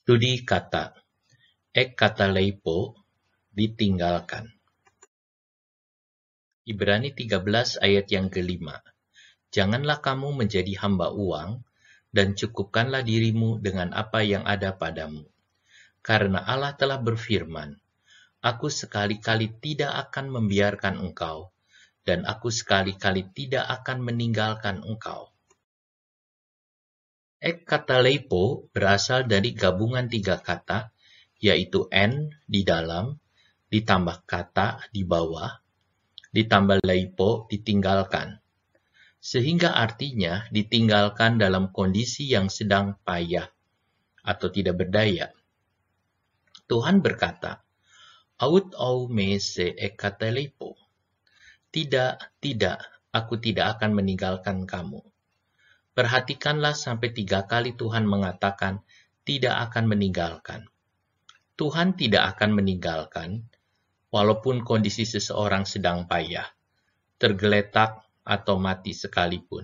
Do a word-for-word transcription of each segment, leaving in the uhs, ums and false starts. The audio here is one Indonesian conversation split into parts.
Studi kata ekataleipo, ditinggalkan. Ibrani tiga belas ayat yang kelima. Janganlah kamu menjadi hamba uang, dan cukupkanlah dirimu dengan apa yang ada padamu. Karena Allah telah berfirman, Aku sekali-kali tidak akan membiarkan engkau, dan aku sekali-kali tidak akan meninggalkan engkau. Ekataleipo berasal dari gabungan tiga kata, yaitu en di dalam, ditambah kata di bawah, ditambah leipo ditinggalkan. Sehingga artinya ditinggalkan dalam kondisi yang sedang payah atau tidak berdaya. Tuhan berkata, Aut au me se ekataleipo. Tidak, tidak, aku tidak akan meninggalkan kamu. Perhatikanlah sampai tiga kali Tuhan mengatakan tidak akan meninggalkan. Tuhan tidak akan meninggalkan, walaupun kondisi seseorang sedang payah, tergeletak, atau mati sekalipun.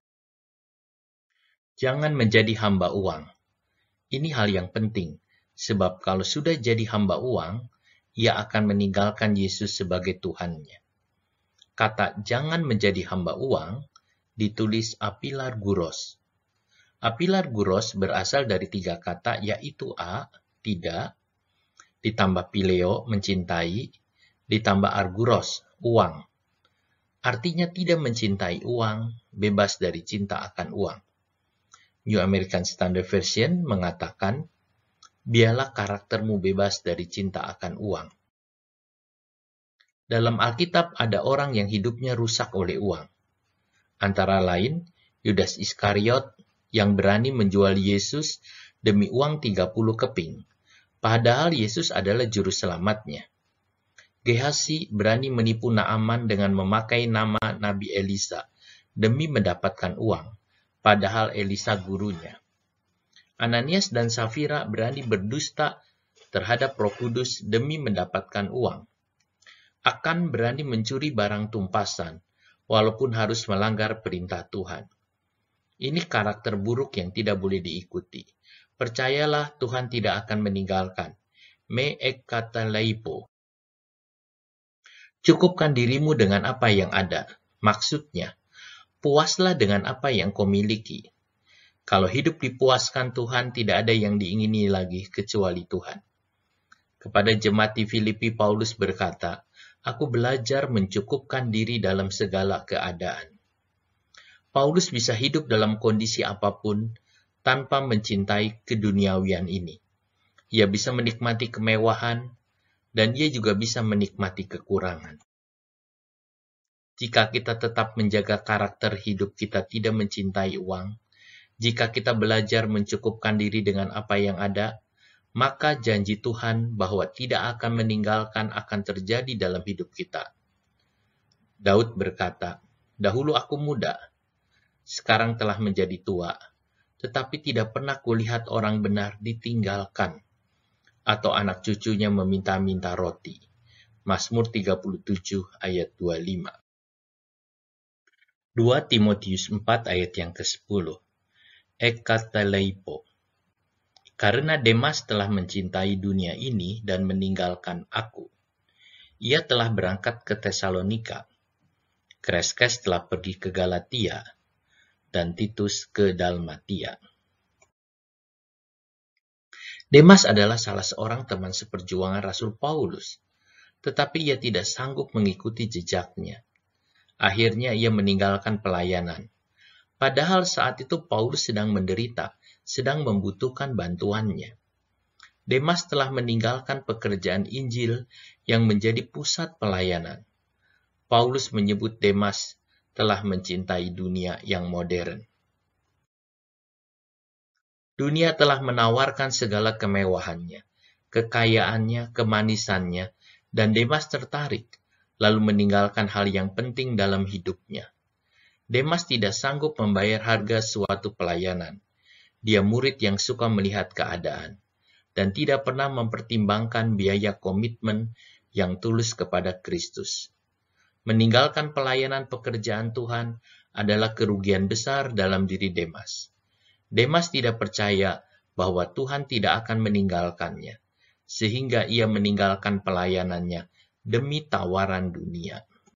Jangan menjadi hamba uang. Ini hal yang penting, sebab kalau sudah jadi hamba uang, ia akan meninggalkan Yesus sebagai Tuhannya. Kata jangan menjadi hamba uang ditulis apilarguros. Apilarguros berasal dari tiga kata, yaitu a, tidak, ditambah pileo, mencintai, ditambah arguros, uang. Artinya tidak mencintai uang, bebas dari cinta akan uang. New American Standard Version mengatakan, biarlah karaktermu bebas dari cinta akan uang. Dalam Alkitab ada orang yang hidupnya rusak oleh uang. Antara lain, Yudas Iskariot yang berani menjual Yesus demi uang tiga puluh keping. Padahal Yesus adalah juru selamatnya. Gehazi berani menipu Naaman dengan memakai nama Nabi Elisa demi mendapatkan uang, padahal Elisa gurunya. Ananias dan Safira berani berdusta terhadap Roh Kudus demi mendapatkan uang. Akan berani mencuri barang tumpasan, walaupun harus melanggar perintah Tuhan. Ini karakter buruk yang tidak boleh diikuti. Percayalah Tuhan tidak akan meninggalkan. Me ekataleipo. Cukupkan dirimu dengan apa yang ada. Maksudnya, puaslah dengan apa yang kau miliki. Kalau hidup dipuaskan Tuhan, tidak ada yang diingini lagi kecuali Tuhan. Kepada jemaat di Filipi, Paulus berkata, Aku belajar mencukupkan diri dalam segala keadaan. Paulus bisa hidup dalam kondisi apapun tanpa mencintai keduniawian ini. Ia bisa menikmati kemewahan, dan ia juga bisa menikmati kekurangan. Jika kita tetap menjaga karakter hidup kita tidak mencintai uang, jika kita belajar mencukupkan diri dengan apa yang ada, maka janji Tuhan bahwa tidak akan meninggalkan akan terjadi dalam hidup kita. Daud berkata, Dahulu aku muda, sekarang telah menjadi tua, tetapi tidak pernah kulihat orang benar ditinggalkan, atau anak cucunya meminta-minta roti. Mazmur tiga puluh tujuh ayat dua puluh lima. dua Timotius empat ayat yang kesepuluh. Ekataleipo. Karena Demas telah mencintai dunia ini dan meninggalkan aku. Ia telah berangkat ke Tesalonika. Kreskes telah pergi ke Galatia, dan Titus ke Dalmatia. Demas adalah salah seorang teman seperjuangan Rasul Paulus, tetapi ia tidak sanggup mengikuti jejaknya. Akhirnya ia meninggalkan pelayanan. Padahal saat itu Paulus sedang menderita, sedang membutuhkan bantuannya. Demas telah meninggalkan pekerjaan Injil yang menjadi pusat pelayanan. Paulus menyebut Demas telah mencintai dunia yang modern. Dunia telah menawarkan segala kemewahannya, kekayaannya, kemanisannya, dan Demas tertarik, lalu meninggalkan hal yang penting dalam hidupnya. Demas tidak sanggup membayar harga suatu pelayanan. Dia murid yang suka melihat keadaan, dan tidak pernah mempertimbangkan biaya komitmen yang tulus kepada Kristus. Meninggalkan pelayanan pekerjaan Tuhan adalah kerugian besar dalam diri Demas. Demas tidak percaya bahwa Tuhan tidak akan meninggalkannya, sehingga ia meninggalkan pelayanannya demi tawaran dunia.